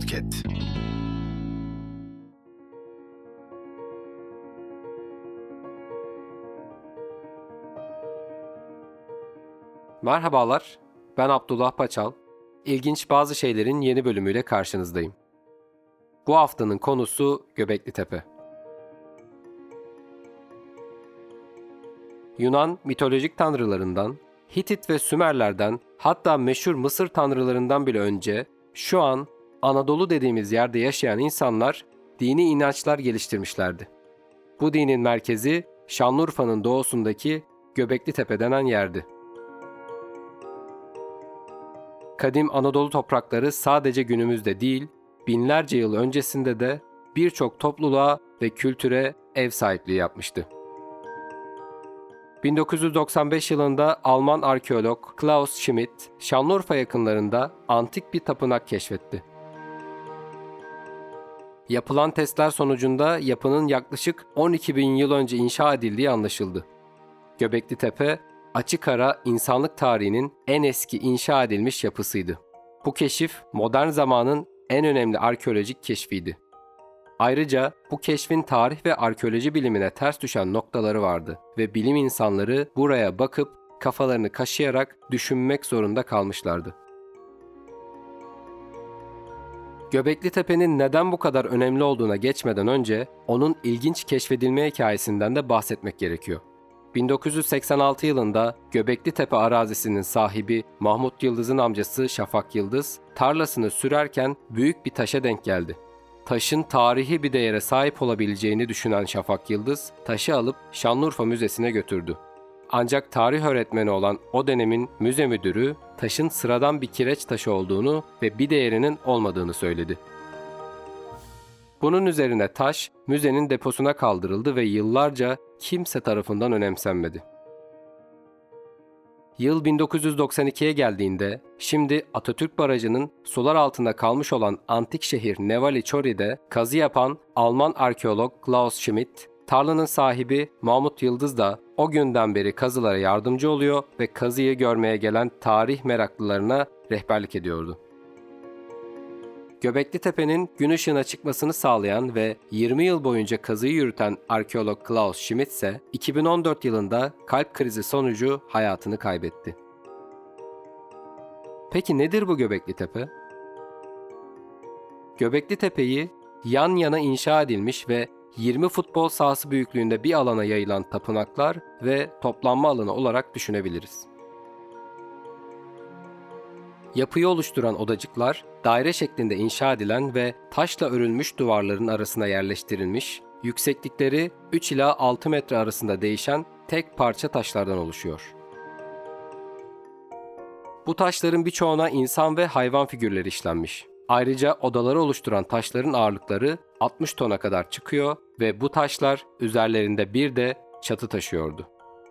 Şevket. Merhabalar, ben Abdullah Paçal. İlginç bazı şeylerin yeni bölümüyle karşınızdayım. Bu haftanın konusu Göbeklitepe. Yunan mitolojik tanrılarından, Hitit ve Sümerlerden, hatta meşhur Mısır tanrılarından bile önce, şu an Anadolu dediğimiz yerde yaşayan insanlar dini inançlar geliştirmişlerdi. Bu dinin merkezi Şanlıurfa'nın doğusundaki Göbeklitepe denen yerdi. Kadim Anadolu toprakları sadece günümüzde değil, binlerce yıl öncesinde de birçok topluluğa ve kültüre ev sahipliği yapmıştı. 1995 yılında Alman arkeolog Klaus Schmidt, Şanlıurfa yakınlarında antik bir tapınak keşfetti. Yapılan testler sonucunda yapının yaklaşık 12 bin yıl önce inşa edildiği anlaşıldı. Göbeklitepe, açık ara insanlık tarihinin en eski inşa edilmiş yapısıydı. Bu keşif, modern zamanın en önemli arkeolojik keşfiydi. Ayrıca bu keşfin tarih ve arkeoloji bilimine ters düşen noktaları vardı ve bilim insanları buraya bakıp kafalarını kaşıyarak düşünmek zorunda kalmışlardı. Göbeklitepe'nin neden bu kadar önemli olduğuna geçmeden önce onun ilginç keşfedilme hikayesinden de bahsetmek gerekiyor. 1986 yılında Göbeklitepe arazisinin sahibi Mahmut Yıldız'ın amcası Şafak Yıldız, tarlasını sürerken büyük bir taşa denk geldi. Taşın tarihi bir değere sahip olabileceğini düşünen Şafak Yıldız, taşı alıp Şanlıurfa Müzesi'ne götürdü. Ancak tarih öğretmeni olan o dönemin müze müdürü, taşın sıradan bir kireç taşı olduğunu ve bir değerinin olmadığını söyledi. Bunun üzerine taş, müzenin deposuna kaldırıldı ve yıllarca kimse tarafından önemsenmedi. Yıl 1992'ye geldiğinde, şimdi Atatürk Barajı'nın sular altında kalmış olan antik şehir Nevali Çori'de kazı yapan Alman arkeolog Klaus Schmidt, tarlanın sahibi Mahmut Yıldız da o günden beri kazılara yardımcı oluyor ve kazıyı görmeye gelen tarih meraklılarına rehberlik ediyordu. Göbeklitepe'nin gün ışığına çıkmasını sağlayan ve 20 yıl boyunca kazıyı yürüten arkeolog Klaus Schmidt ise 2014 yılında kalp krizi sonucu hayatını kaybetti. Peki nedir bu Göbeklitepe? Göbeklitepe'yi yan yana inşa edilmiş ve 20 futbol sahası büyüklüğünde bir alana yayılan tapınaklar ve toplanma alanı olarak düşünebiliriz. Yapıyı oluşturan odacıklar, daire şeklinde inşa edilen ve taşla örülmüş duvarların arasına yerleştirilmiş, yükseklikleri 3 ila 6 metre arasında değişen tek parça taşlardan oluşuyor. Bu taşların birçoğuna insan ve hayvan figürleri işlenmiş. Ayrıca odaları oluşturan taşların ağırlıkları 60 tona kadar çıkıyor ve bu taşlar üzerlerinde bir de çatı taşıyordu.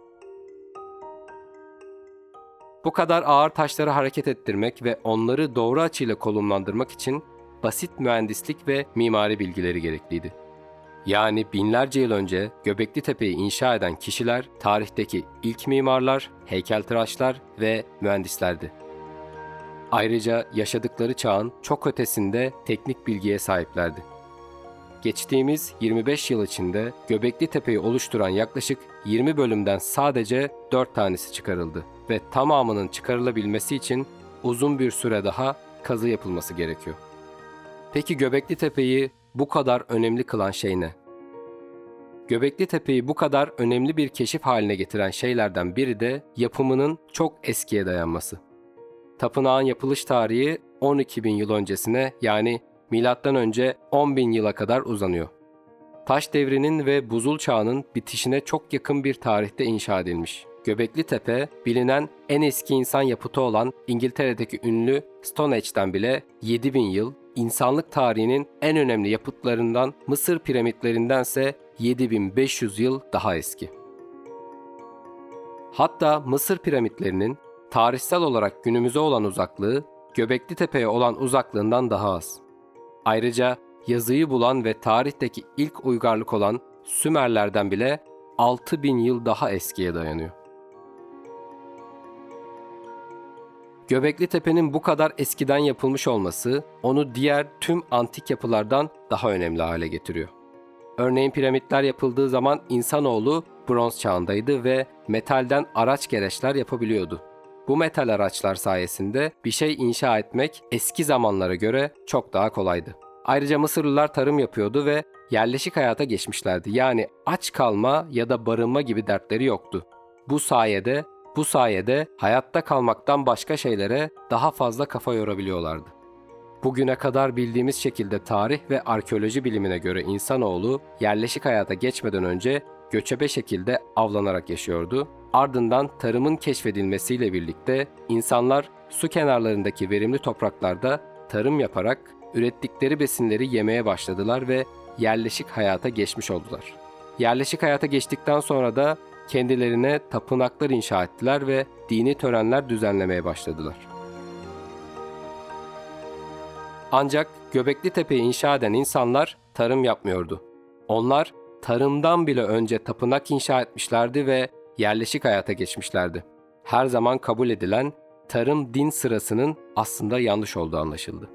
Bu kadar ağır taşları hareket ettirmek ve onları doğru açıyla konumlandırmak için basit mühendislik ve mimari bilgileri gerekliydi. Yani binlerce yıl önce Göbeklitepe'yi inşa eden kişiler tarihteki ilk mimarlar, heykeltıraşlar ve mühendislerdi. Ayrıca yaşadıkları çağın çok ötesinde teknik bilgiye sahiplerdi. Geçtiğimiz 25 yıl içinde Göbeklitepe'yi oluşturan yaklaşık 20 bölümden sadece 4 tanesi çıkarıldı ve tamamının çıkarılabilmesi için uzun bir süre daha kazı yapılması gerekiyor. Peki Göbeklitepe'yi bu kadar önemli kılan şey ne? Göbeklitepe'yi bu kadar önemli bir keşif haline getiren şeylerden biri de yapımının çok eskiye dayanması. Tapınağın yapılış tarihi 12 bin yıl öncesine, yani Milattan önce 10 bin yıla kadar uzanıyor. Taş devrinin ve buzul çağının bitişine çok yakın bir tarihte inşa edilmiş. Göbeklitepe, bilinen en eski insan yapıtı olan İngiltere'deki ünlü Stonehenge'den bile 7000 yıl, insanlık tarihinin en önemli yapıtlarından Mısır piramitlerindense 7500 yıl daha eski. Hatta Mısır piramitlerinin tarihsel olarak günümüze olan uzaklığı, Göbeklitepe'ye olan uzaklığından daha az. Ayrıca yazıyı bulan ve tarihteki ilk uygarlık olan Sümerlerden bile 6000 yıl daha eskiye dayanıyor. Göbekli Tepe'nin bu kadar eskiden yapılmış olması onu diğer tüm antik yapılardan daha önemli hale getiriyor. Örneğin piramitler yapıldığı zaman insanoğlu bronz çağındaydı ve metalden araç gereçler yapabiliyordu. Bu metal araçlar sayesinde bir şey inşa etmek eski zamanlara göre çok daha kolaydı. Ayrıca Mısırlılar tarım yapıyordu ve yerleşik hayata geçmişlerdi. Yani aç kalma ya da barınma gibi dertleri yoktu. Bu sayede hayatta kalmaktan başka şeylere daha fazla kafa yorabiliyorlardı. Bugüne kadar bildiğimiz şekilde tarih ve arkeoloji bilimine göre insanoğlu yerleşik hayata geçmeden önce göçebe şekilde avlanarak yaşıyordu. Ardından tarımın keşfedilmesiyle birlikte insanlar su kenarlarındaki verimli topraklarda tarım yaparak ürettikleri besinleri yemeye başladılar ve yerleşik hayata geçmiş oldular. Yerleşik hayata geçtikten sonra da kendilerine tapınaklar inşa ettiler ve dini törenler düzenlemeye başladılar. Ancak Göbekli Tepe'yi inşa eden insanlar tarım yapmıyordu. Onlar tarımdan bile önce tapınak inşa etmişlerdi ve yerleşik hayata geçmişlerdi. Her zaman kabul edilen tarım din sırasının aslında yanlış olduğu anlaşıldı.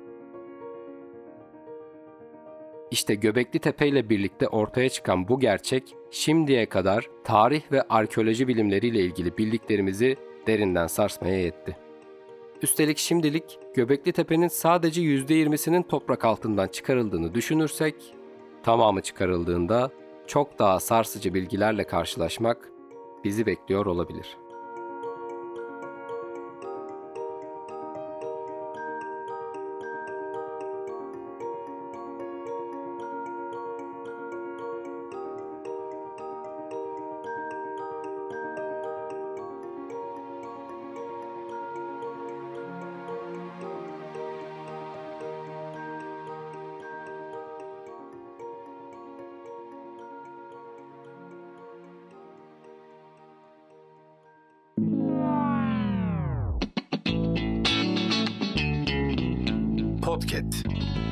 İşte Göbekli Tepe ile birlikte ortaya çıkan bu gerçek, şimdiye kadar tarih ve arkeoloji bilimleriyle ilgili bildiklerimizi derinden sarsmaya yetti. Üstelik şimdilik Göbekli Tepe'nin sadece %20'sinin toprak altından çıkarıldığını düşünürsek, tamamı çıkarıldığında çok daha sarsıcı bilgilerle karşılaşmak bizi bekliyor olabilir. Podcast.